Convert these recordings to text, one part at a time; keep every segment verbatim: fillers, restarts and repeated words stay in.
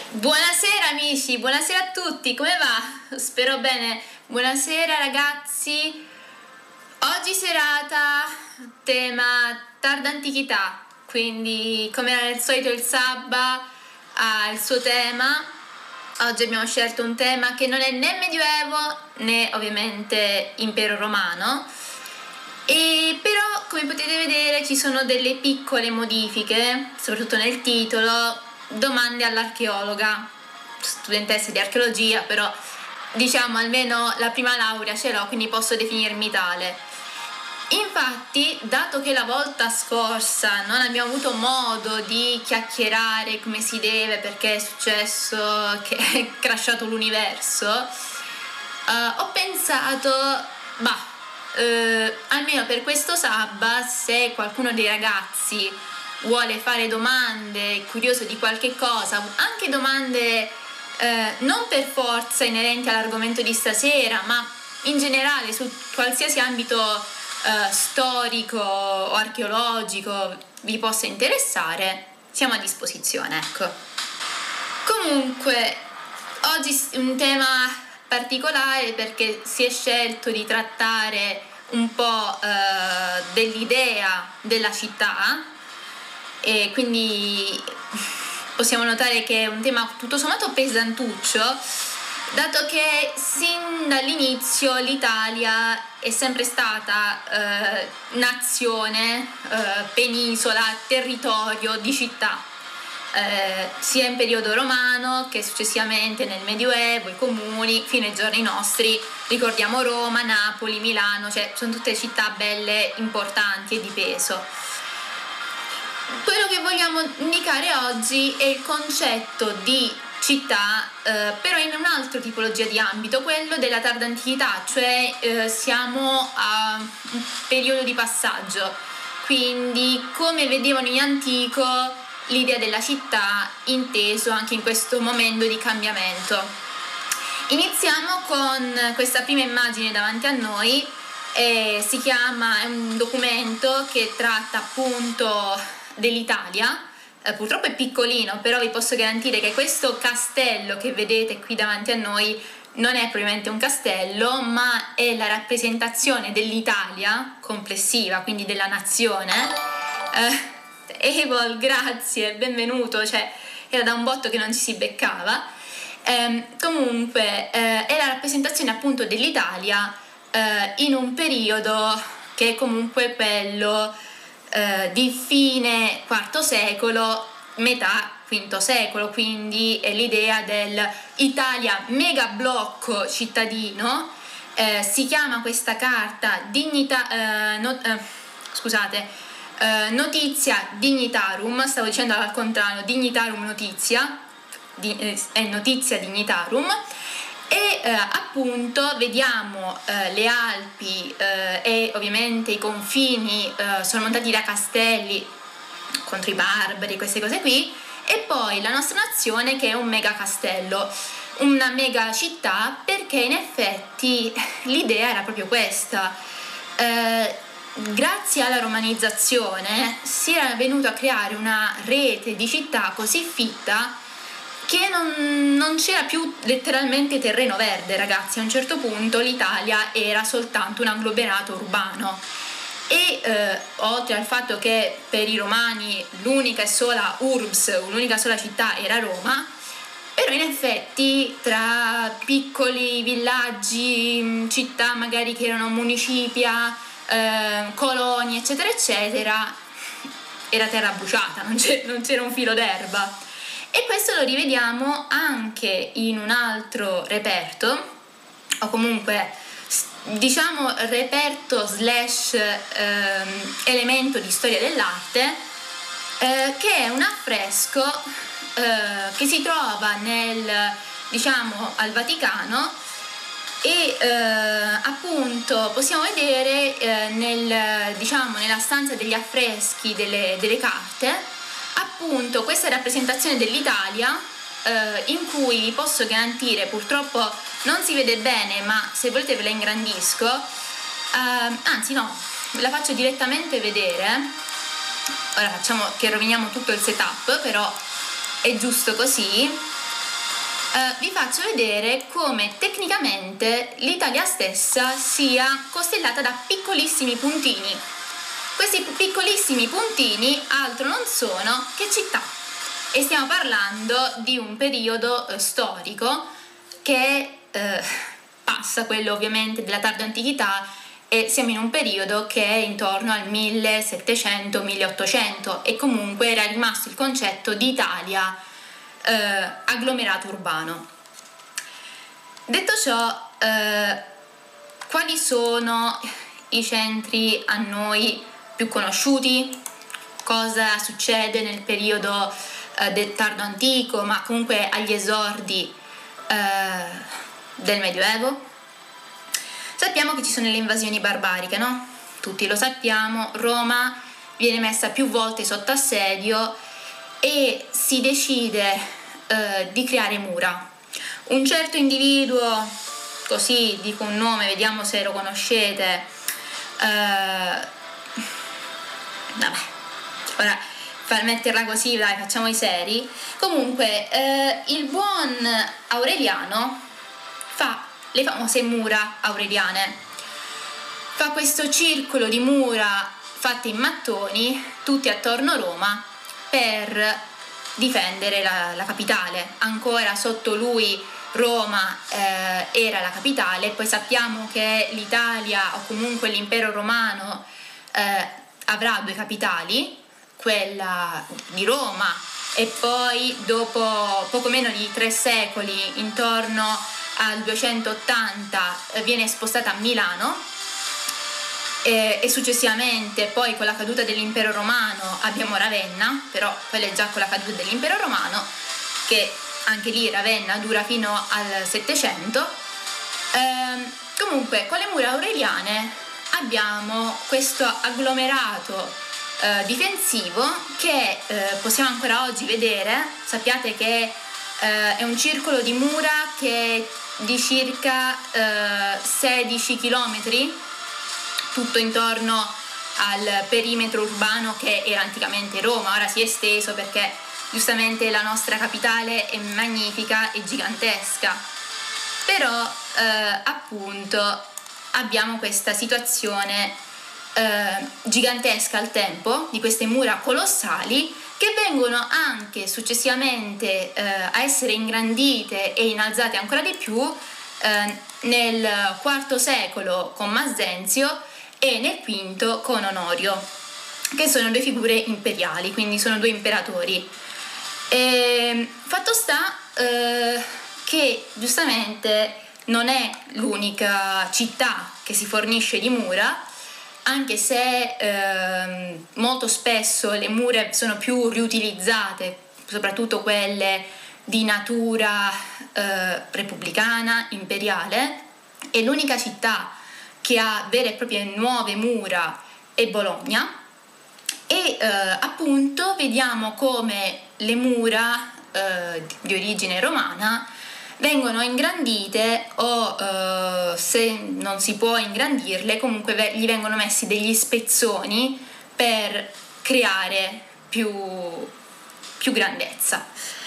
Buonasera amici, buonasera a tutti, come va? Spero bene. Buonasera ragazzi. Oggi serata, tema tarda antichità, quindi come al solito il Sabba ha il suo tema. Oggi abbiamo scelto un tema che non è né Medioevo né ovviamente Impero Romano, e però come potete vedere ci sono delle piccole modifiche, soprattutto nel titolo. Domande all'archeologa, studentessa di archeologia, però diciamo almeno la prima laurea ce l'ho, quindi posso definirmi tale. Infatti, dato che la volta scorsa non abbiamo avuto modo di chiacchierare come si deve perché è successo che è crashato l'universo, uh, ho pensato, bah, uh, almeno per questo Sabba, se qualcuno dei ragazzi vuole fare domande, curioso di qualche cosa, anche domande eh, non per forza inerenti all'argomento di stasera, ma in generale su qualsiasi ambito eh, storico o archeologico vi possa interessare, siamo a disposizione, ecco. Comunque, oggi un tema particolare perché si è scelto di trattare un po' eh, dell'idea della città, e quindi possiamo notare che è un tema tutto sommato pesantuccio, dato che sin dall'inizio l'Italia è sempre stata eh, nazione, eh, penisola, territorio di città, eh, sia in periodo romano che successivamente nel Medioevo, i comuni, fino ai giorni nostri. Ricordiamo Roma, Napoli, Milano, cioè sono tutte città belle, importanti e di peso. Quello che vogliamo indicare oggi è il concetto di città, eh, però in un'altra tipologia di ambito, quello della tarda antichità, cioè eh, siamo a un periodo di passaggio, quindi come vedevano in antico l'idea della città inteso anche in questo momento di cambiamento. Iniziamo con questa prima immagine davanti a noi, eh, si chiama, è un documento che tratta appunto dell'Italia, eh, purtroppo è piccolino, però vi posso garantire che questo castello che vedete qui davanti a noi non è propriamente un castello, ma è la rappresentazione dell'Italia complessiva, quindi della nazione. eh, Evol, grazie, benvenuto, cioè era da un botto che non ci si beccava. Eh, comunque eh, è la rappresentazione appunto dell'Italia eh, in un periodo che è comunque quello Uh, di fine quarto secolo, metà quinto secolo, quindi è l'idea del Italia mega blocco cittadino. Uh, si chiama questa carta dignità, uh, not, uh, scusate, uh, Notizia Dignitarum, stavo dicendo al contrario, Dignitarum Notizia, di, eh, è Notizia Dignitarum. E eh, appunto vediamo eh, le Alpi eh, e ovviamente i confini eh, sono montati da castelli contro i barbari, queste cose qui, e poi la nostra nazione che è un mega castello, una mega città, perché in effetti l'idea era proprio questa. Eh, grazie alla romanizzazione si era venuto a creare una rete di città così fitta che non, non c'era più letteralmente terreno verde, ragazzi. A un certo punto l'Italia era soltanto un agglomerato urbano e eh, oltre al fatto che per i romani l'unica e sola urbs, l'unica sola città era Roma, però in effetti tra piccoli villaggi, città magari che erano municipia, eh, colonie eccetera eccetera, era terra bruciata, non, c'è, non c'era un filo d'erba. E questo lo rivediamo anche in un altro reperto, o comunque diciamo reperto slash ehm, elemento di storia dell'arte, eh, che è un affresco eh, che si trova nel, diciamo, al Vaticano, e eh, appunto possiamo vedere eh, nel, diciamo, nella stanza degli affreschi delle, delle carte appunto questa rappresentazione dell'Italia, eh, in cui vi posso garantire, purtroppo non si vede bene, ma se volete ve la ingrandisco, eh, anzi no, ve la faccio direttamente vedere. Ora facciamo che roviniamo tutto il setup, però è giusto così. eh, vi faccio vedere come tecnicamente l'Italia stessa sia costellata da piccolissimi puntini. Questi piccolissimi puntini altro non sono che città, e stiamo parlando di un periodo eh, storico che eh, passa quello ovviamente della tarda antichità, e siamo in un periodo che è intorno al millesettecento milleottocento, e comunque era rimasto il concetto di Italia eh, agglomerato urbano. Detto ciò, eh, quali sono i centri a noi più conosciuti? Cosa succede nel periodo eh, del tardo antico, ma comunque agli esordi eh, del Medioevo? Sappiamo che ci sono le invasioni barbariche, no? Tutti lo sappiamo. Roma viene messa più volte sotto assedio e si decide eh, di creare mura. Un certo individuo, così dico un nome, vediamo se lo conoscete, eh, vabbè, ora per metterla così, dai, facciamo i seri. Comunque, eh, il buon Aureliano fa le famose mura aureliane. Fa questo circolo di mura fatte in mattoni, tutti attorno a Roma, per difendere la, la capitale. Ancora sotto lui Roma eh, era la capitale. Poi sappiamo che l'Italia, o comunque l'impero romano, eh, avrà due capitali, quella di Roma, e poi dopo poco meno di tre secoli, intorno al duecentottanta, viene spostata a Milano, e, e successivamente poi con la caduta dell'impero romano abbiamo Ravenna, però quella è già con la caduta dell'impero romano, che anche lì Ravenna dura fino al settecento. Ehm, comunque con le mura aureliane abbiamo questo agglomerato eh, difensivo che eh, possiamo ancora oggi vedere. Sappiate che eh, è un circolo di mura che di circa eh, sedici chilometri, tutto intorno al perimetro urbano che era anticamente Roma. Ora si è esteso perché giustamente la nostra capitale è magnifica e gigantesca, però eh, appunto abbiamo questa situazione eh, gigantesca al tempo, di queste mura colossali che vengono anche successivamente eh, a essere ingrandite e innalzate ancora di più eh, nel quarto secolo con Mazzenzio e nel quinto con Onorio, che sono due figure imperiali, quindi sono due imperatori. E fatto sta eh, che giustamente non è l'unica città che si fornisce di mura, anche se eh, molto spesso le mura sono più riutilizzate, soprattutto quelle di natura eh, repubblicana, imperiale, e l'unica città che ha vere e proprie nuove mura è Bologna. E eh, appunto vediamo come le mura eh, di origine romana vengono ingrandite, o eh, se non si può ingrandirle, comunque ve- gli vengono messi degli spezzoni per creare più, più grandezza.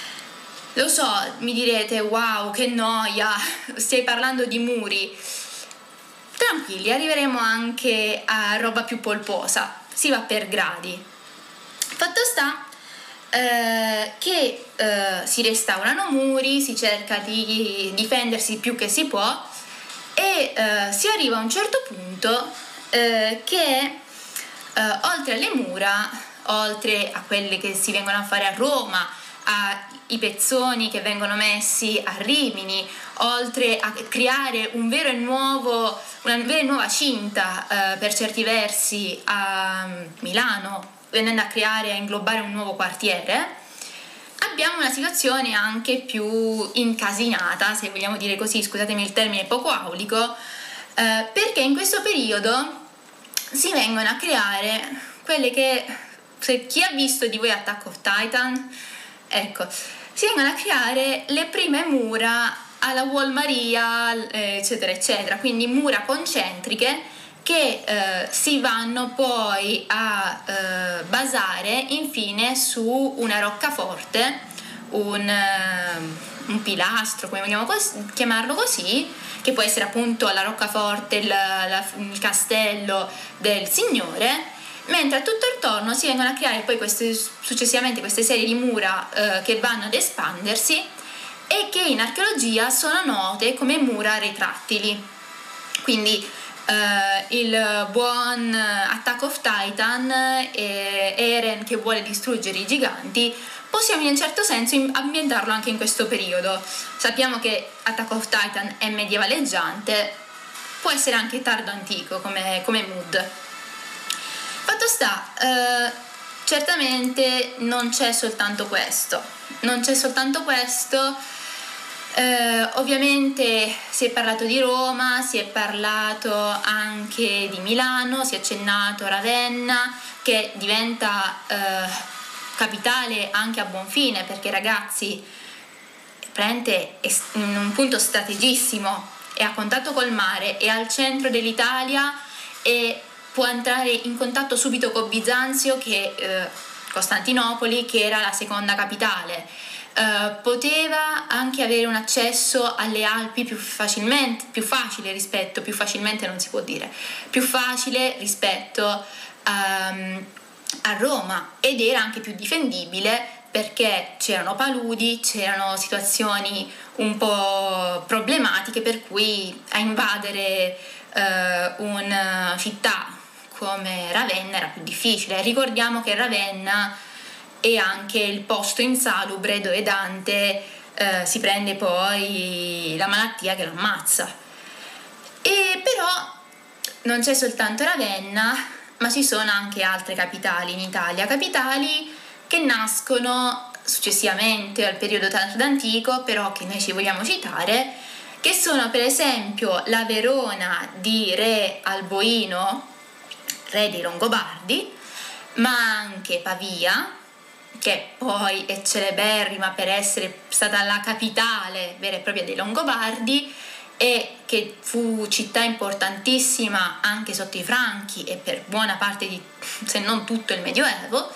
Lo so, mi direte, wow, che noia, stai parlando di muri. Tranquilli, arriveremo anche a roba più polposa, si va per gradi. Fatto sta eh, che eh, si restaurano muri, si cerca di difendersi più che si può, e eh, si arriva a un certo punto eh, che eh, oltre alle mura, oltre a quelle che si vengono a fare a Roma, ai pezzoni che vengono messi a Rimini, oltre a creare un vero e nuovo, una vera e nuova cinta eh, per certi versi a Milano, venendo a creare, a inglobare un nuovo quartiere, abbiamo una situazione anche più incasinata, se vogliamo dire così, scusatemi il termine poco aulico, eh, perché in questo periodo si vengono a creare quelle che, se chi ha visto di voi Attack of Titan, ecco, si vengono a creare le prime mura alla Wall Maria, eccetera eccetera, quindi mura concentriche che eh, si vanno poi a eh, basare infine su una roccaforte, un, eh, un pilastro, come vogliamo cos- chiamarlo così, che può essere appunto la roccaforte, il, la, il castello del signore, mentre a tutto attorno si vengono a creare poi queste, successivamente queste serie di mura eh, che vanno ad espandersi e che in archeologia sono note come mura retrattili. Quindi eh, il buon Attack of Titan e Eren che vuole distruggere i giganti, possiamo in un certo senso ambientarlo anche in questo periodo. Sappiamo che Attack of Titan è medievaleggiante, può essere anche tardo antico come, come mood. Fatto sta, eh, certamente non c'è soltanto questo, non c'è soltanto questo, eh, ovviamente si è parlato di Roma, si è parlato anche di Milano, si è accennato a Ravenna, che diventa eh, capitale anche a buon fine, perché ragazzi, prende in un punto strategissimo, è a contatto col mare, è al centro dell'Italia e può entrare in contatto subito con Bisanzio, che eh, Costantinopoli, che era la seconda capitale. Eh, poteva anche avere un accesso alle Alpi più facilmente, più facile rispetto, più facilmente non si può dire, più facile rispetto um, a Roma, ed era anche più difendibile perché c'erano paludi, c'erano situazioni un po' problematiche, per cui a invadere eh, una città come Ravenna era più difficile. Ricordiamo che Ravenna è anche il posto insalubre dove Dante eh, si prende poi la malattia che lo ammazza. E però non c'è soltanto Ravenna, ma ci sono anche altre capitali in Italia, capitali che nascono successivamente al periodo tardo-antico, però che noi ci vogliamo citare, che sono per esempio la Verona di re Alboino, re dei Longobardi, ma anche Pavia, che poi è celeberrima per essere stata la capitale vera e propria dei Longobardi e che fu città importantissima anche sotto i Franchi e per buona parte di, se non tutto, il Medioevo.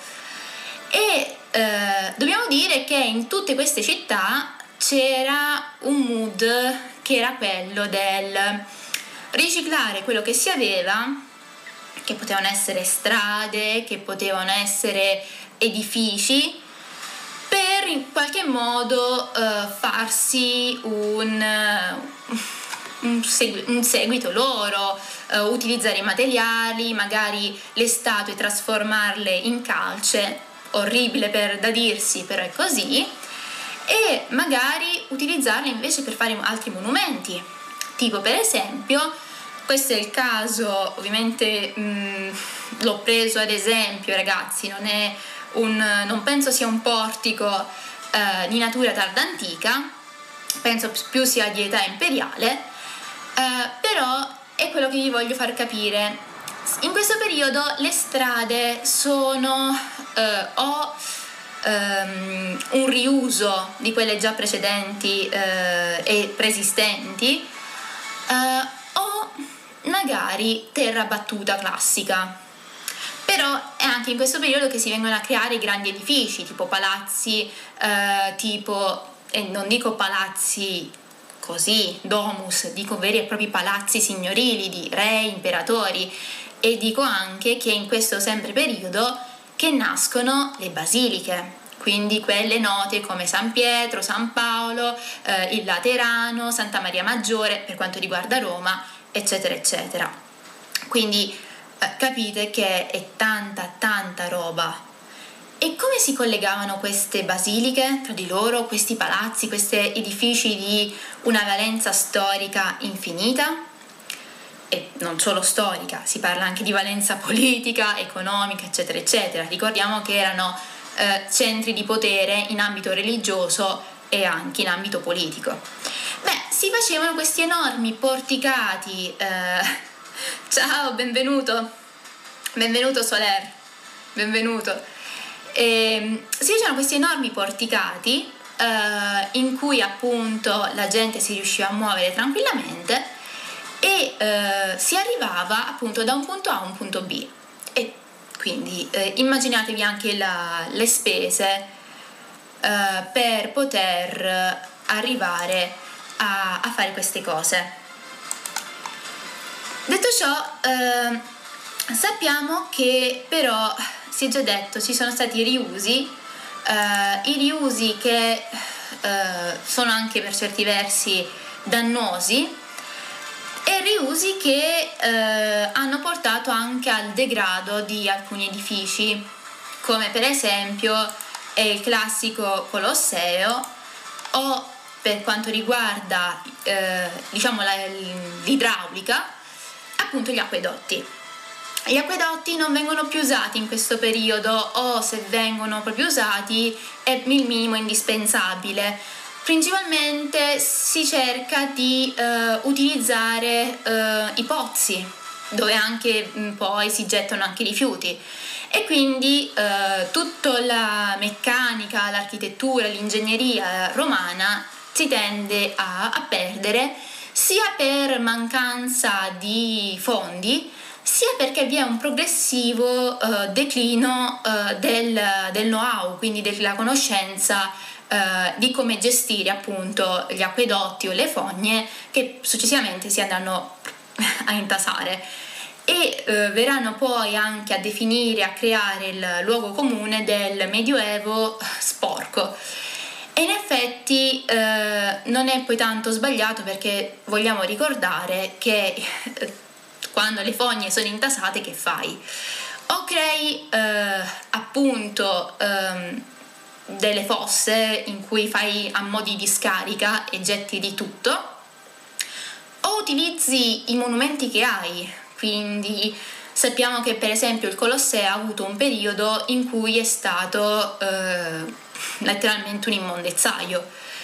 E eh, dobbiamo dire che in tutte queste città c'era un mood che era quello del riciclare quello che si aveva, che potevano essere strade, che potevano essere edifici, per in qualche modo eh, farsi un, un, segu- un seguito loro, eh, utilizzare i materiali, magari le statue trasformarle in calce, orribile per da dirsi, però è così, e magari utilizzarle invece per fare altri monumenti, tipo per esempio, questo è il caso, ovviamente mh, l'ho preso ad esempio, ragazzi, non è un, non penso sia un portico eh, di natura tarda antica, penso più sia di età imperiale, eh, però è quello che vi voglio far capire. In questo periodo le strade sono eh, o ehm, un riuso di quelle già precedenti eh, e preesistenti, eh, o magari terra battuta classica. Però è anche in questo periodo che si vengono a creare i grandi edifici, tipo palazzi, eh, tipo, e non dico palazzi così, domus, dico veri e propri palazzi signorili di re, imperatori, e dico anche che in questo sempre periodo che nascono le basiliche, quindi quelle note come San Pietro, San Paolo, eh, il Laterano, Santa Maria Maggiore per quanto riguarda Roma, eccetera eccetera. Quindi eh, capite che è tanta tanta roba. E come si collegavano queste basiliche tra di loro, questi palazzi, questi edifici di una valenza storica infinita? E non solo storica, si parla anche di valenza politica, economica, eccetera eccetera. Ricordiamo che erano eh, centri di potere in ambito religioso e anche in ambito politico. Beh, si facevano questi enormi porticati. eh, ciao, benvenuto benvenuto Soler, benvenuto. E, si facevano questi enormi porticati eh, in cui appunto la gente si riusciva a muovere tranquillamente e eh, si arrivava appunto da un punto A a un punto B. E quindi eh, immaginatevi anche la, le spese eh, per poter arrivare a, a fare queste cose. Detto ciò, eh, sappiamo che però, si è già detto, ci sono stati riusi, eh, i riusi che eh, sono anche per certi versi dannosi, e riusi che eh, hanno portato anche al degrado di alcuni edifici, come per esempio è il classico Colosseo, o per quanto riguarda eh, diciamo la, l'idraulica, appunto gli acquedotti. Gli acquedotti non vengono più usati in questo periodo, o se vengono proprio usati è il minimo indispensabile. Principalmente si cerca di eh, utilizzare eh, i pozzi, dove anche mh, poi si gettano anche i rifiuti, e quindi eh, tutta la meccanica, l'architettura, l'ingegneria romana si tende a, a perdere, sia per mancanza di fondi, sia perché vi è un progressivo eh, declino eh, del, del know-how, quindi della conoscenza Uh, di come gestire appunto gli acquedotti o le fogne, che successivamente si andranno a intasare, e uh, verranno poi anche a definire, a creare il luogo comune del medioevo sporco. E in effetti uh, non è poi tanto sbagliato, perché vogliamo ricordare che uh, quando le fogne sono intasate, che fai? O crei uh, appunto um, delle fosse in cui fai a mo' di discarica e getti di tutto, o utilizzi i monumenti che hai. Quindi sappiamo che per esempio il Colosseo ha avuto un periodo in cui è stato eh, letteralmente un immondezzaio,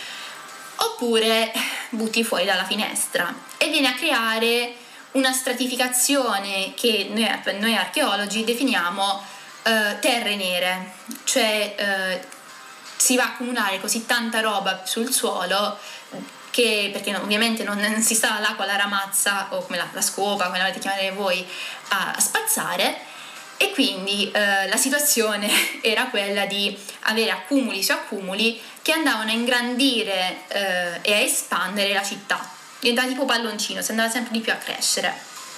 oppure butti fuori dalla finestra e viene a creare una stratificazione che noi, noi archeologi definiamo eh, terre nere, cioè eh, si va a accumulare così tanta roba sul suolo che, perché no, ovviamente non, non si sta là con la ramazza o come la, la scopa, come la volete chiamare voi, a, a spazzare, e quindi eh, la situazione era quella di avere accumuli su accumuli che andavano a ingrandire eh, e a espandere la città, diventava tipo palloncino, si andava sempre di più a crescere.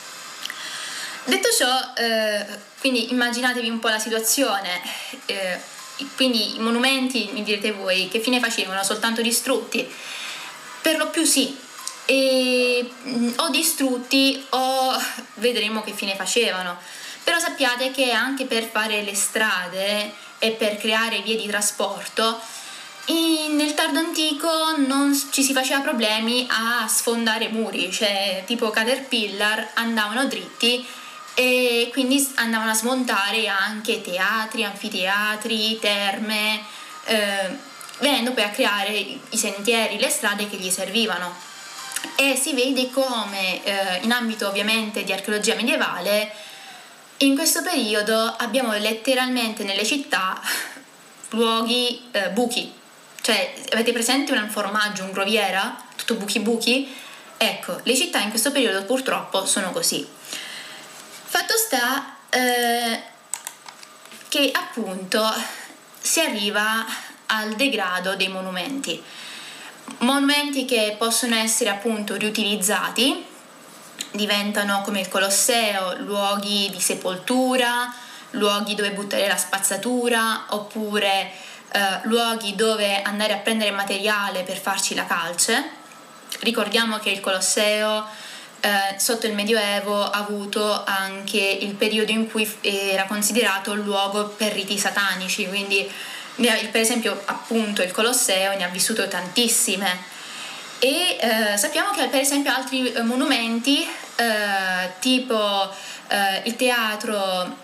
Detto ciò, eh, quindi immaginatevi un po' la situazione. eh, Quindi i monumenti, mi direte voi, che fine facevano? Soltanto distrutti? Per lo più sì, e, o distrutti o vedremo che fine facevano. Però sappiate che anche per fare le strade e per creare vie di trasporto, in, nel tardo antico non ci si faceva problemi a sfondare muri, cioè tipo Caterpillar andavano dritti, e quindi andavano a smontare anche teatri, anfiteatri, terme, eh, venendo poi a creare i sentieri, le strade che gli servivano. E si vede come eh, in ambito ovviamente di archeologia medievale, in questo periodo abbiamo letteralmente nelle città luoghi eh, buchi, cioè avete presente un formaggio, un groviera, tutto buchi buchi? Ecco, le città in questo periodo purtroppo sono così. Fatto sta eh, che appunto si arriva al degrado dei monumenti, monumenti che possono essere appunto riutilizzati, diventano come il Colosseo luoghi di sepoltura, luoghi dove buttare la spazzatura, oppure eh, luoghi dove andare a prendere materiale per farci la calce. Ricordiamo che il Colosseo Eh, sotto il Medioevo ha avuto anche il periodo in cui era considerato il luogo per riti satanici, quindi per esempio appunto il Colosseo ne ha vissuto tantissime, e eh, sappiamo che per esempio altri eh, monumenti eh, tipo eh, il teatro,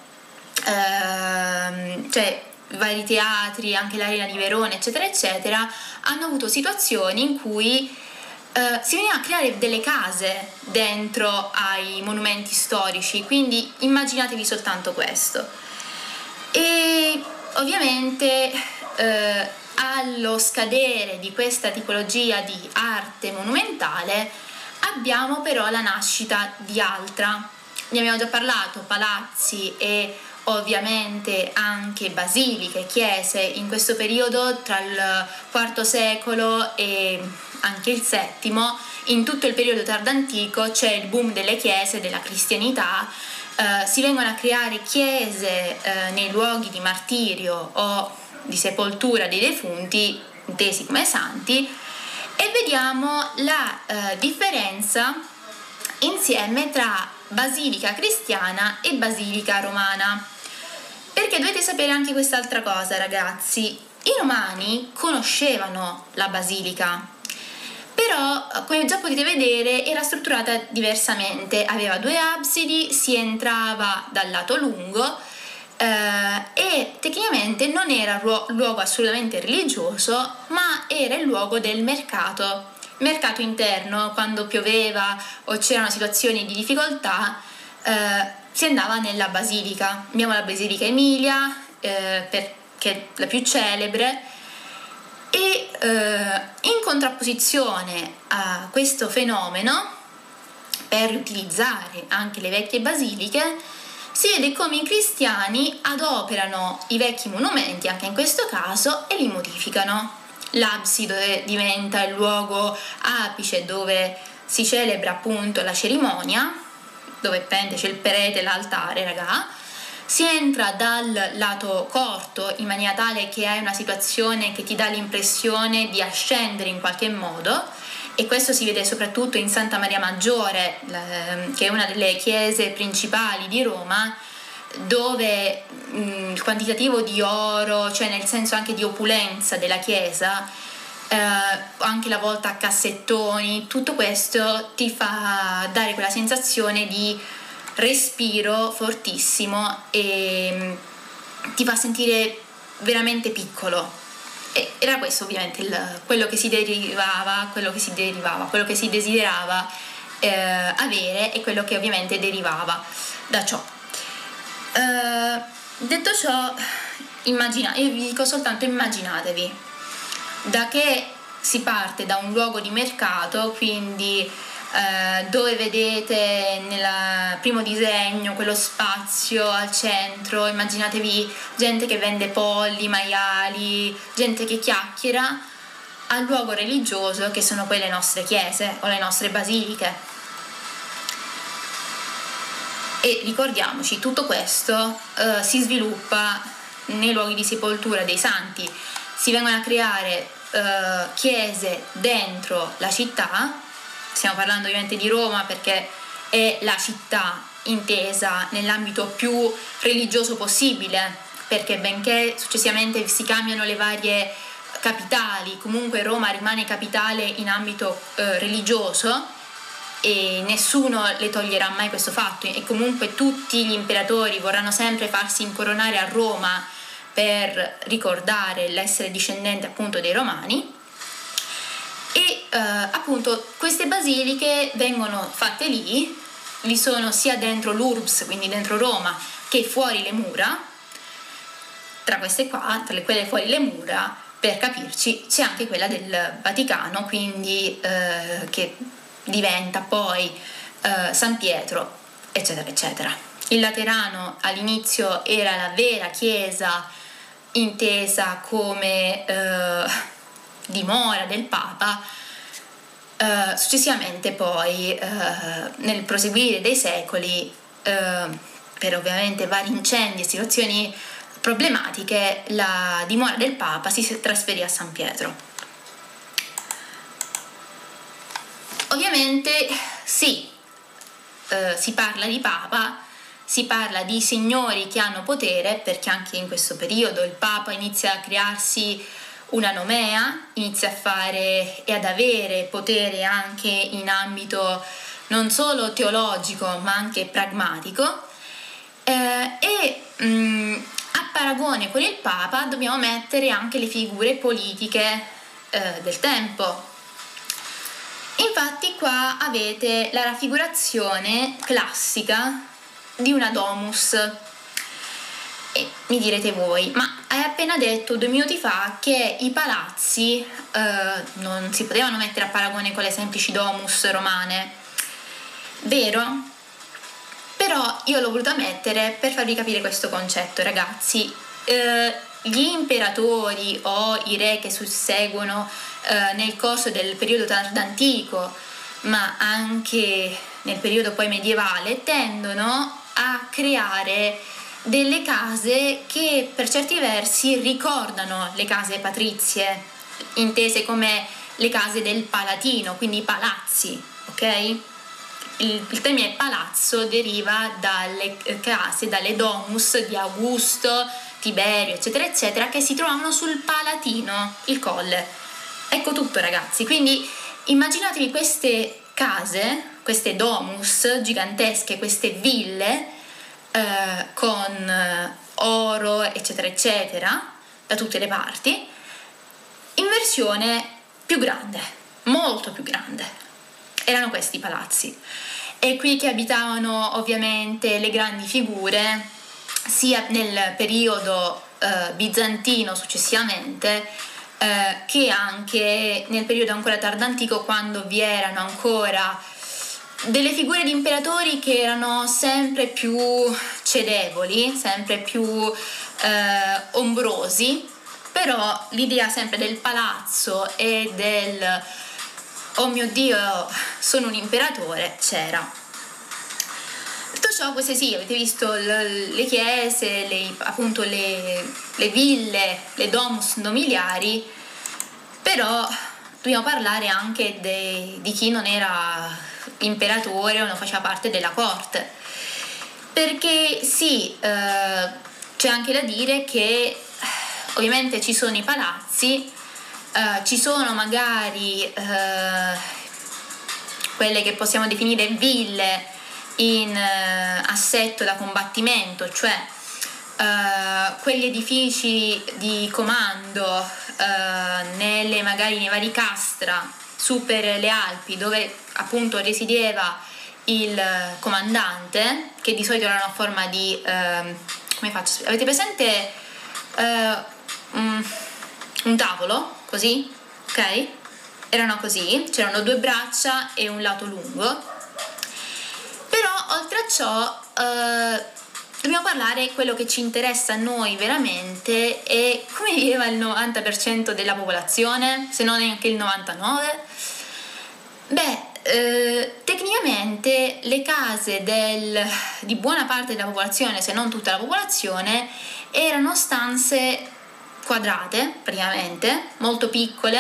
eh, cioè vari teatri, anche l'Arena di Verona eccetera eccetera, hanno avuto situazioni in cui Uh, si veniva a creare delle case dentro ai monumenti storici, quindi immaginatevi soltanto questo. E ovviamente uh, allo scadere di questa tipologia di arte monumentale abbiamo però la nascita di altra. Ne abbiamo già parlato, palazzi e ovviamente anche basiliche, chiese. In questo periodo, tra il quarto secolo e anche il settimo, in tutto il periodo tardantico c'è il boom delle chiese, della cristianità. Uh, si vengono a creare chiese uh, nei luoghi di martirio o di sepoltura dei defunti, intesi come santi, e vediamo la uh, differenza insieme tra basilica cristiana e basilica romana. Perché dovete sapere anche quest'altra cosa, ragazzi: i romani conoscevano la basilica, però, come già potete vedere, era strutturata diversamente. Aveva due absidi, si entrava dal lato lungo eh, e tecnicamente non era un luogo assolutamente religioso, ma era il luogo del mercato. Mercato interno, quando pioveva o c'erano situazioni di difficoltà, eh, si andava nella basilica. Abbiamo la Basilica Emilia, eh, per, che è la più celebre, e eh, in contrapposizione a questo fenomeno, per utilizzare anche le vecchie basiliche, si vede come i cristiani adoperano i vecchi monumenti, anche in questo caso, e li modificano. L'abside diventa il luogo apice dove si celebra appunto la cerimonia, dove pende c'è il prete e l'altare, raga. Si entra dal lato corto in maniera tale che hai una situazione che ti dà l'impressione di ascendere in qualche modo, e questo si vede soprattutto in Santa Maria Maggiore, che è una delle chiese principali di Roma, dove mh, il quantitativo di oro, cioè nel senso anche di opulenza della chiesa, eh, anche la volta a cassettoni, tutto questo ti fa dare quella sensazione di respiro fortissimo e ti fa sentire veramente piccolo. E era questo ovviamente il, quello che si derivava, quello che si derivava, quello che si desiderava eh, avere, e quello che ovviamente derivava da ciò. Uh, detto ciò, immagina, io vi dico soltanto immaginatevi, da che si parte da un luogo di mercato, quindi uh, dove vedete nel primo disegno quello spazio al centro, immaginatevi gente che vende polli, maiali, gente che chiacchiera, al luogo religioso che sono quelle nostre chiese o le nostre basiliche. E ricordiamoci, tutto questo uh, si sviluppa nei luoghi di sepoltura dei santi. Si vengono a creare uh, chiese dentro la città. Stiamo parlando ovviamente di Roma perché è la città intesa nell'ambito più religioso possibile, perché benché successivamente si cambiano le varie capitali, comunque Roma rimane capitale in ambito uh, religioso, e nessuno le toglierà mai questo fatto, e comunque tutti gli imperatori vorranno sempre farsi incoronare a Roma per ricordare l'essere discendente appunto dei Romani. E eh, appunto queste basiliche vengono fatte lì, vi sono sia dentro l'urbs, quindi dentro Roma, che fuori le mura. Tra queste qua, tra le quelle fuori le mura, per capirci, c'è anche quella del Vaticano, quindi eh, che diventa poi eh, San Pietro, eccetera eccetera. Il Laterano all'inizio era la vera chiesa intesa come eh, dimora del Papa, eh, successivamente poi eh, nel proseguire dei secoli, eh, per ovviamente vari incendi e situazioni problematiche, la dimora del Papa si trasferì a San Pietro. Ovviamente sì, eh, si parla di Papa, si parla di signori che hanno potere, perché anche in questo periodo il Papa inizia a crearsi una nomea, inizia a fare e ad avere potere anche in ambito non solo teologico ma anche pragmatico, eh, e mh, a paragone con il Papa dobbiamo mettere anche le figure politiche eh, del tempo. Infatti qua avete la raffigurazione classica di una domus, e mi direte voi, ma hai appena detto due minuti fa che i palazzi eh, non si potevano mettere a paragone con le semplici domus romane, vero? però io l'ho voluta mettere per farvi capire questo concetto, ragazzi. Eh, gli imperatori o i re che susseguono eh, nel corso del periodo tardantico, ma anche nel periodo poi medievale, tendono a creare delle case che per certi versi ricordano le case patrizie, intese come le case del Palatino, quindi i palazzi, ok? Il, il termine palazzo deriva dalle case, dalle domus di Augusto, Tiberio, eccetera, eccetera, che si trovavano sul Palatino, il colle. Ecco tutto, ragazzi. Quindi immaginatevi queste case, queste domus gigantesche, queste ville eh, con eh, oro, eccetera, eccetera, da tutte le parti, in versione più grande, molto più grande. Erano questi i palazzi. E qui che abitavano ovviamente le grandi figure, sia nel periodo eh, bizantino successivamente, eh, che anche nel periodo ancora tardantico, quando vi erano ancora delle figure di imperatori che erano sempre più cedevoli, sempre più eh, ombrosi, però l'idea sempre del palazzo e del oh mio Dio, sono un imperatore, c'era. Detto ciò, queste sì, avete visto l- le chiese, le, appunto le, le ville, le domus nobiliari, però dobbiamo parlare anche de- di chi non era imperatore o non faceva parte della corte, perché sì, eh, c'è anche da dire che ovviamente ci sono i palazzi, Uh, ci sono magari uh, quelle che possiamo definire ville in uh, assetto da combattimento, cioè uh, quegli edifici di comando uh, nelle magari nei vari castra su per le Alpi, dove appunto risiedeva il comandante, che di solito era una forma di uh, come faccio? Avete presente uh, um, un tavolo? Così, ok? Erano così, c'erano due braccia e un lato lungo. Però oltre a ciò eh, dobbiamo parlare quello che ci interessa a noi veramente e come viveva il novanta per cento della popolazione, se non neanche il novantanove per cento. Beh, eh, tecnicamente le case del, di buona parte della popolazione, se non tutta la popolazione, erano stanze quadrate praticamente, molto piccole,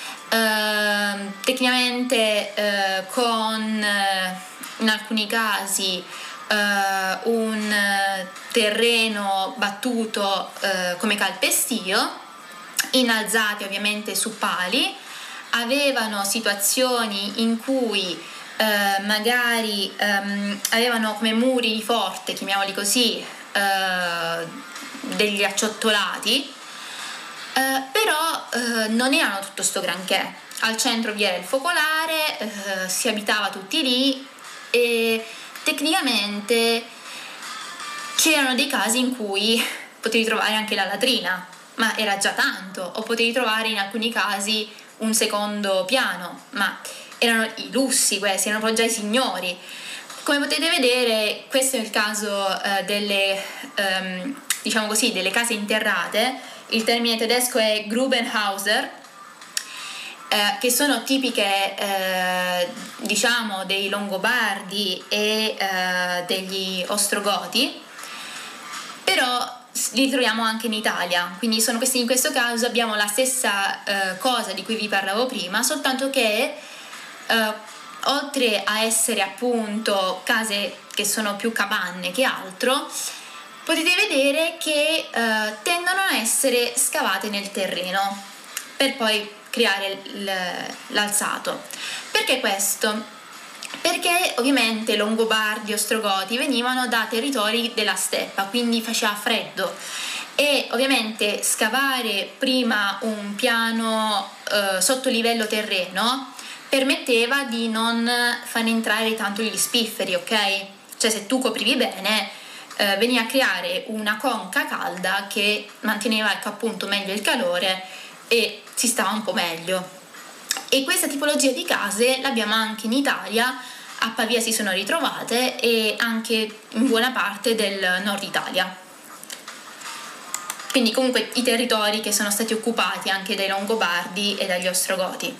eh, tecnicamente eh, con eh, in alcuni casi eh, un terreno battuto eh, come calpestio, innalzati ovviamente su pali, avevano situazioni in cui eh, magari ehm, avevano come muri di forte, chiamiamoli così, eh, degli acciottolati. Uh, però uh, non erano tutto sto granché. Al centro vi era il focolare, uh, si abitava tutti lì e tecnicamente c'erano dei casi in cui potevi trovare anche la latrina, ma era già tanto, o potevi trovare in alcuni casi un secondo piano, ma erano i lussi questi, erano proprio già i signori. Come potete vedere, questo è il caso uh, delle um, diciamo così, delle case interrate. Il termine tedesco è Grubenhauser, eh, che sono tipiche eh, diciamo dei Longobardi e eh, degli Ostrogoti, però li troviamo anche in Italia, quindi sono questi, in questo caso abbiamo la stessa eh, cosa di cui vi parlavo prima, soltanto che eh, oltre a essere appunto case che sono più capanne che altro, potete vedere che eh, tendono a essere scavate nel terreno per poi creare l'alzato. Perché questo? Perché ovviamente Longobardi e Ostrogoti venivano da territori della steppa, quindi faceva freddo e ovviamente scavare prima un piano eh, sotto livello terreno permetteva di non far entrare tanto gli spifferi, ok? Cioè se tu coprivi bene eh, veniva a creare una conca calda che manteneva, ecco, appunto meglio il calore e si stava un po' meglio. E questa tipologia di case l'abbiamo anche in Italia, a Pavia si sono ritrovate e anche in buona parte del nord Italia. Quindi comunque i territori che sono stati occupati anche dai Longobardi e dagli Ostrogoti.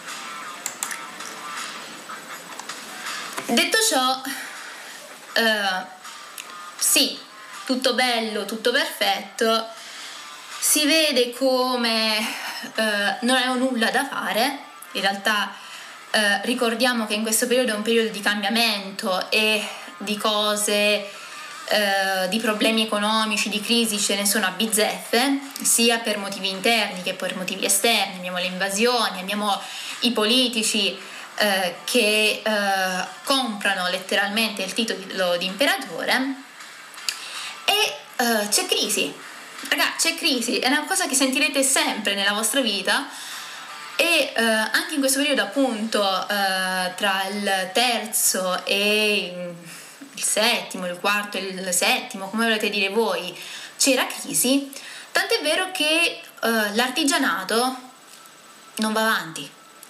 Detto ciò, eh, sì, tutto bello, tutto perfetto, si vede come eh, non avevo nulla da fare. In realtà eh, ricordiamo che in questo periodo è un periodo di cambiamento e di cose, eh, di problemi economici, di crisi ce ne sono a bizzeffe, sia per motivi interni che per motivi esterni. Abbiamo le invasioni, abbiamo i politici eh, che eh, comprano letteralmente il titolo di imperatore e eh, c'è crisi. Ragazzi, c'è crisi, è una cosa che sentirete sempre nella vostra vita e eh, anche in questo periodo appunto eh, tra il terzo e il settimo, il quarto e il settimo, come volete dire voi, c'era crisi, tant'è vero che eh, l'artigianato non va avanti,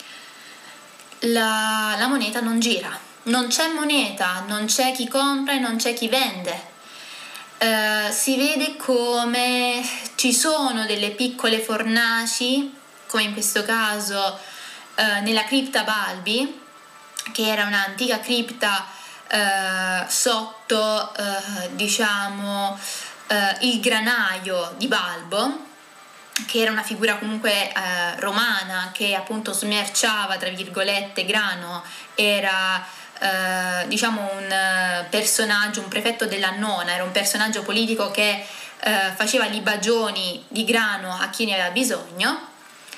la, la moneta non gira, non c'è moneta, non c'è chi compra e non c'è chi vende. Uh, si vede come ci sono delle piccole fornaci, come in questo caso uh, nella cripta Balbi, che era un'antica cripta uh, sotto uh, diciamo uh, il granaio di Balbo, che era una figura comunque uh, romana che appunto smerciava tra virgolette grano, era Uh, diciamo un uh, personaggio, un prefetto della nona, era un personaggio politico che uh, faceva libagioni di grano a chi ne aveva bisogno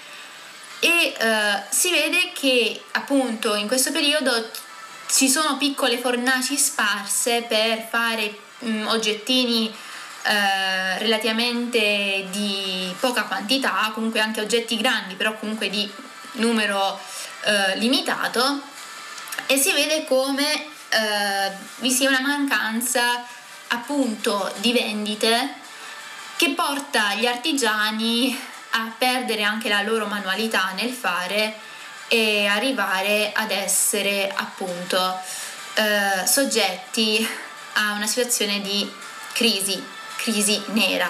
e uh, si vede che appunto in questo periodo ci sono piccole fornaci sparse per fare um, oggettini uh, relativamente di poca quantità, comunque anche oggetti grandi, però comunque di numero uh, limitato. E si vede come eh, vi sia una mancanza appunto di vendite che porta gli artigiani a perdere anche la loro manualità nel fare e arrivare ad essere appunto eh, soggetti a una situazione di crisi, crisi nera.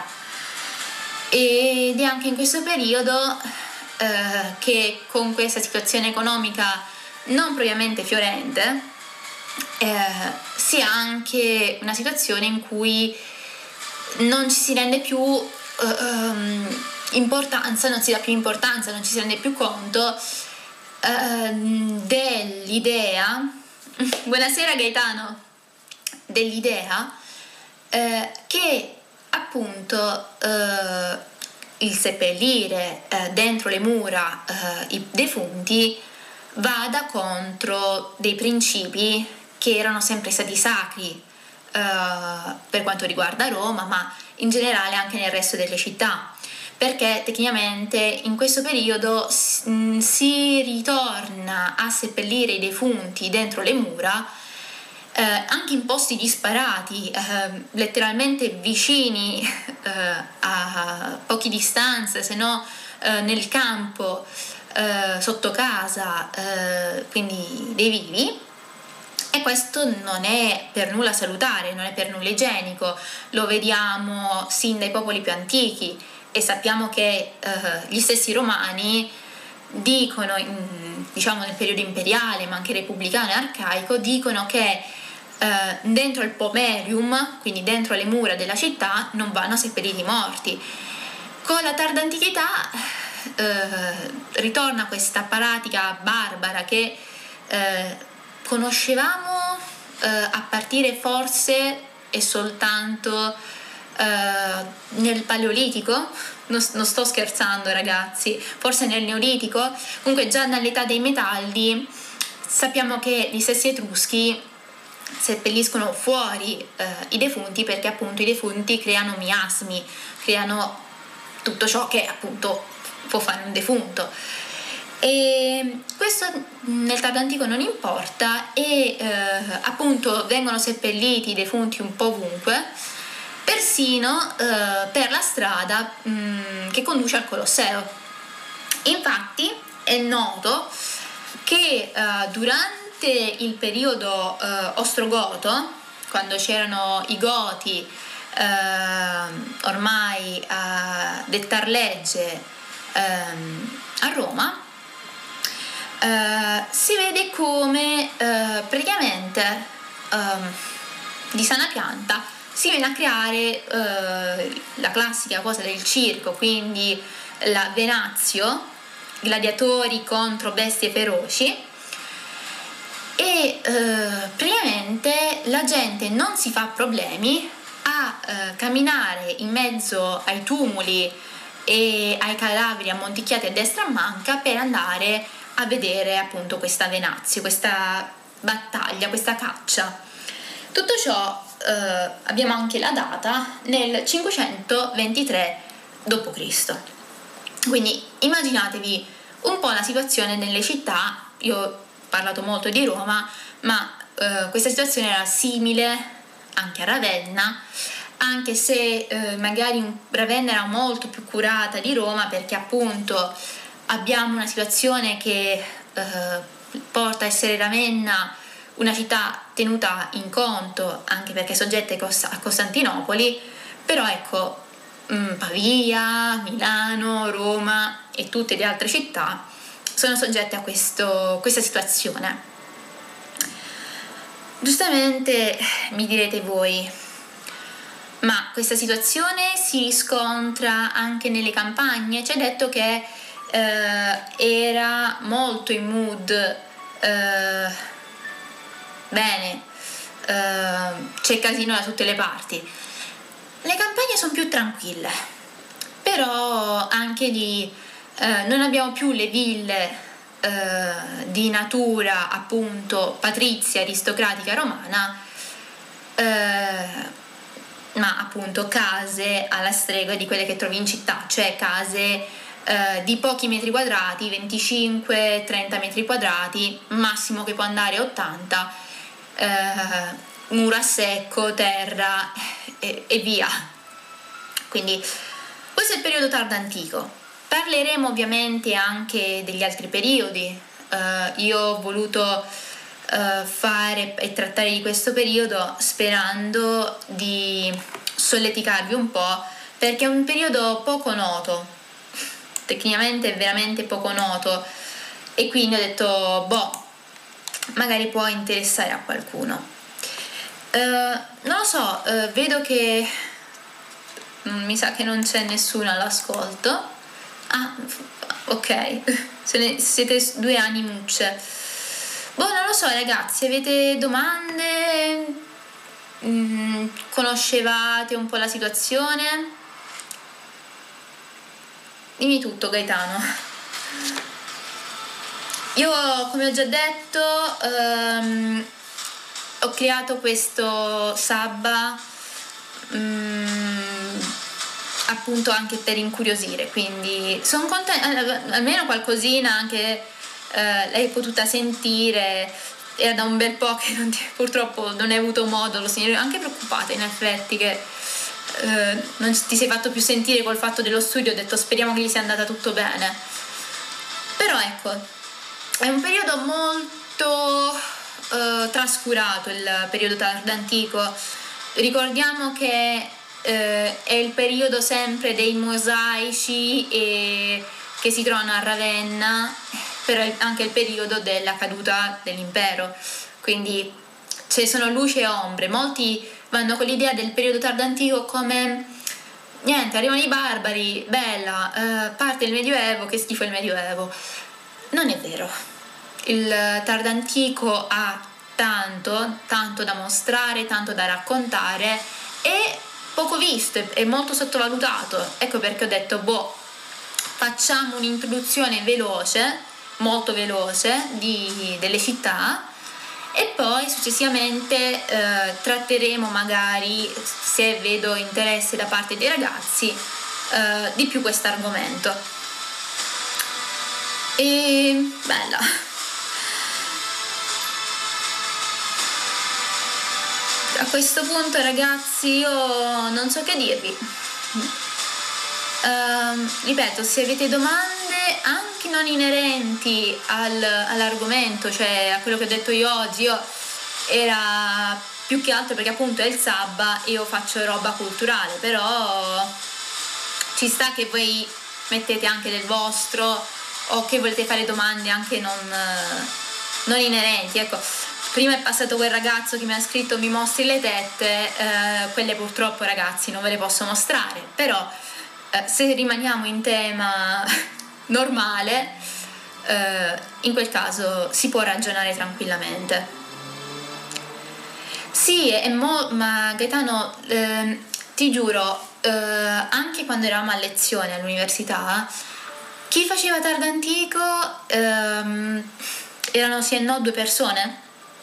Ed è anche in questo periodo eh, che con questa situazione economica non propriamente fiorente, eh, si ha anche una situazione in cui non ci si rende più uh, um, importanza, non si dà più importanza, non ci si rende più conto uh, dell'idea, buonasera Gaetano, dell'idea uh, che appunto uh, il seppellire uh, dentro le mura uh, i defunti vada contro dei principi che erano sempre stati sacri eh, per quanto riguarda Roma, ma in generale anche nel resto delle città, perché tecnicamente in questo periodo mh, si ritorna a seppellire i defunti dentro le mura eh, anche in posti disparati, eh, letteralmente vicini eh, a pochi distanze, se no eh, nel campo, Uh, sotto casa, uh, quindi dei vivi, e questo non è per nulla salutare, non è per nulla igienico. Lo vediamo sin dai popoli più antichi e sappiamo che uh, gli stessi romani dicono, in, diciamo nel periodo imperiale ma anche repubblicano e arcaico, dicono che uh, dentro il pomerium, quindi dentro le mura della città, non vanno seppelliti i morti. Con la tarda antichità Eh, ritorna questa pratica barbara che eh, conoscevamo eh, a partire forse e soltanto eh, nel Paleolitico, non, non sto scherzando ragazzi, forse nel Neolitico, comunque già dall'età dei metalli sappiamo che gli stessi Etruschi seppelliscono fuori eh, i defunti perché appunto i defunti creano miasmi, creano tutto ciò che appunto può fare un defunto, e questo nel tardo antico non importa e eh, appunto vengono seppelliti i defunti un po' ovunque, persino eh, per la strada mh, che conduce al Colosseo. Infatti è noto che eh, durante durante il periodo eh, ostrogoto, quando c'erano i Goti eh, ormai a dettar legge eh, a Roma, eh, si vede come eh, praticamente eh, di sana pianta si viene a creare eh, la classica cosa del circo, quindi la venatio, gladiatori contro bestie feroci, e eh, praticamente la gente non si fa problemi a eh, camminare in mezzo ai tumuli e ai cadaveri ammonticchiati a destra e a manca per andare a vedere appunto questa venatio, questa battaglia, questa caccia. Tutto ciò eh, abbiamo anche la data nel cinquecentoventitré dopo Cristo. Quindi immaginatevi un po' la situazione nelle città. Io ho parlato molto di Roma, ma eh, questa situazione era simile anche a Ravenna, anche se eh, magari Ravenna era molto più curata di Roma, perché appunto abbiamo una situazione che eh, porta a essere Ravenna una città tenuta in conto, anche perché soggetta a Costantinopoli, però ecco, Pavia, Milano, Roma e tutte le altre città sono soggette a questo, questa situazione. Giustamente mi direte voi, ma questa situazione si riscontra anche nelle campagne? Ci ha detto che eh, era molto in mood eh, bene, eh, c'è casino da tutte le parti. Le campagne sono più tranquille, però anche lì eh, non abbiamo più le ville eh, di natura appunto patrizia, aristocratica romana, eh, ma appunto case alla stregua di quelle che trovi in città, cioè case eh, di pochi metri quadrati, venticinque trenta metri quadrati, massimo che può andare a ottanta, eh, muro a secco, terra e, e via. Quindi questo è il periodo tardo antico. Parleremo ovviamente anche degli altri periodi. Uh, io ho voluto uh, fare e trattare di questo periodo sperando di solleticarvi un po', perché è un periodo poco noto, tecnicamente è veramente poco noto, e quindi ho detto boh, magari può interessare a qualcuno. Uh, non lo so, uh, vedo che mi sa che non c'è nessuno all'ascolto. Ah, ok, siete due animucce. Boh, non lo so ragazzi, avete domande? Mm, conoscevate un po' la situazione? Dimmi tutto, Gaetano. Io, come ho già detto, um, ho creato questo sabba um, appunto anche per incuriosire, quindi sono contenta, almeno qualcosina anche eh, l'hai potuta sentire. Era da un bel po' che non ti, purtroppo non hai avuto modo, lo sento anche preoccupata in effetti che eh, non ti sei fatto più sentire col fatto dello studio. Ho detto speriamo che gli sia andata tutto bene, però ecco, è un periodo molto eh, trascurato, il periodo tardo antico. Ricordiamo che eh, è il periodo sempre dei mosaici e che si trovano a Ravenna, però è anche il periodo della caduta dell'impero, quindi ci sono luci e ombre. Molti vanno con l'idea del periodo tardo antico come niente, arrivano i barbari, bella, eh, parte il medioevo, che schifo il medioevo. Non è vero, il tardo antico ha tanto, tanto da mostrare, tanto da raccontare, e poco visto, è molto sottovalutato. Ecco perché ho detto boh, facciamo un'introduzione veloce, molto veloce di, delle città, e poi successivamente eh, tratteremo, magari se vedo interesse da parte dei ragazzi, eh, di più questo argomento. E bella. A questo punto ragazzi io non so che dirvi. Uh, ripeto, se avete domande anche anche non inerenti al, all'argomento, cioè a quello che ho detto io oggi. Io era più che altro perché appunto è il sabba e io faccio roba culturale, però ci sta che voi mettete anche del vostro o che volete fare domande anche non, non inerenti. Ecco, prima è passato quel ragazzo che mi ha scritto mi mostri le tette, eh, quelle purtroppo ragazzi non ve le posso mostrare, però eh, se rimaniamo in tema normale, eh, in quel caso si può ragionare tranquillamente. Sì, è mo- ma Gaetano, ehm, ti giuro, eh, anche quando eravamo a lezione all'università, chi faceva tardo antico ehm, erano sì e no due persone,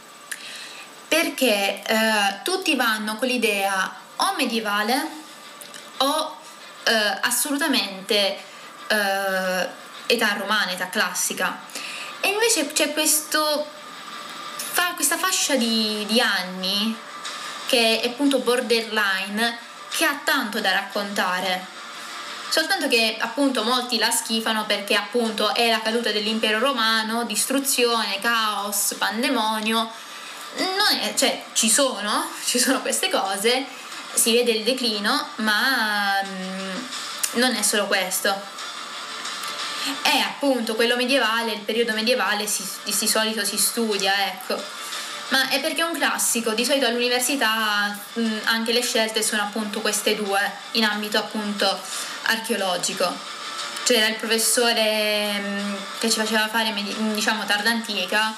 perché eh, tutti vanno con l'idea o medievale o eh, assolutamente eh, età romana, età classica, e invece c'è questo fa questa fascia di, di anni che è appunto borderline, che ha tanto da raccontare, soltanto che appunto molti la schifano perché appunto è la caduta dell'impero romano, distruzione, caos, pandemonio. Non è, cioè ci sono ci sono queste cose, si vede il declino, ma mh, non è solo questo. È appunto quello medievale, il periodo medievale si, di solito si studia, ecco, ma è perché è un classico. Di solito all'università mh, anche le scelte sono appunto queste due in ambito appunto archeologico. C'era il professore mh, che ci faceva fare diciamo tarda antica,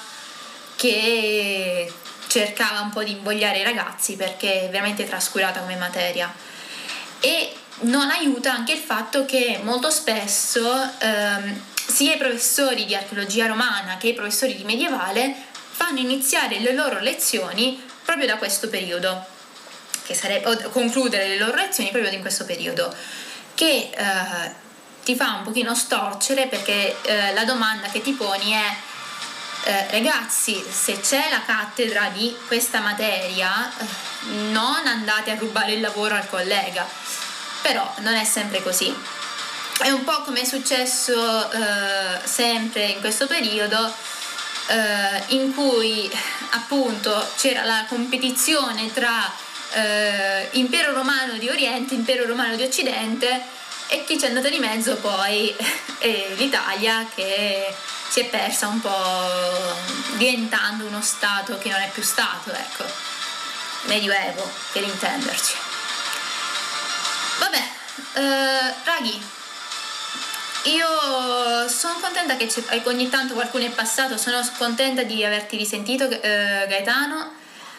che cercava un po' di invogliare i ragazzi perché è veramente trascurata come materia, e non aiuta anche il fatto che molto spesso ehm, sia i professori di archeologia romana che i professori di medievale fanno iniziare le loro lezioni proprio da questo periodo, che sarebbe, o concludere le loro lezioni proprio in questo periodo, che eh, ti fa un pochino storcere, perché eh, la domanda che ti poni è eh, ragazzi, se c'è la cattedra di questa materia eh, non andate a rubare il lavoro al collega. Però non è sempre così. È un po' come è successo eh, sempre in questo periodo, eh, in cui appunto c'era la competizione tra eh, impero romano di Oriente e impero romano di Occidente, e chi c'è andato di mezzo poi è l'Italia, che si è persa un po' diventando uno stato che non è più stato, ecco, medioevo per intenderci. Vabbè, eh, raghi, io sono contenta che ogni tanto qualcuno è passato, sono contenta di averti risentito, eh, Gaetano,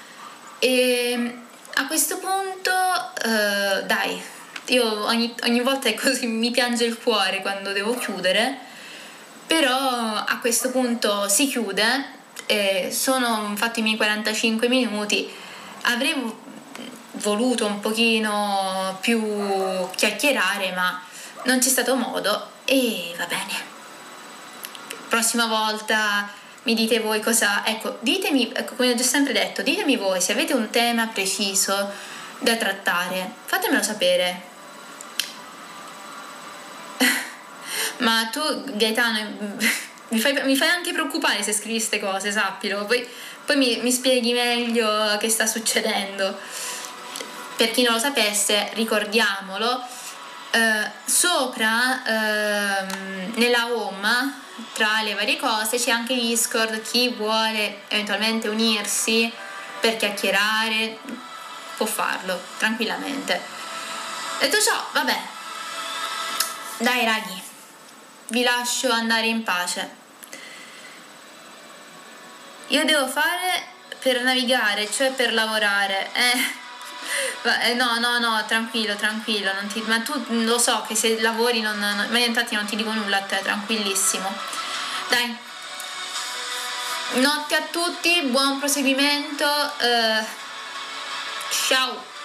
e a questo punto, eh, dai, io ogni, ogni volta è così, mi piange il cuore quando devo chiudere, però a questo punto si chiude, eh, sono fatti i miei quarantacinque minuti, avrei voluto un pochino più chiacchierare, ma non c'è stato modo e va bene. Prossima volta mi dite voi cosa, ecco, ditemi, come ho già sempre detto, ditemi voi se avete un tema preciso da trattare, fatemelo sapere. Ma tu, Gaetano, mi fai, mi fai anche preoccupare se scrivi queste cose, sappilo, poi, poi mi, mi spieghi meglio che sta succedendo. Per chi non lo sapesse, ricordiamolo, eh, sopra ehm, nella home, tra le varie cose, c'è anche Discord. Chi vuole eventualmente unirsi per chiacchierare può farlo tranquillamente. Detto ciò, vabbè, dai raghi, vi lascio andare in pace. Io devo fare per navigare, cioè per lavorare, eh no no no tranquillo tranquillo, non ti, ma tu lo so che se lavori non, non, ma infatti non ti dico nulla a te, tranquillissimo. Dai, notte a tutti, buon proseguimento, eh, ciao.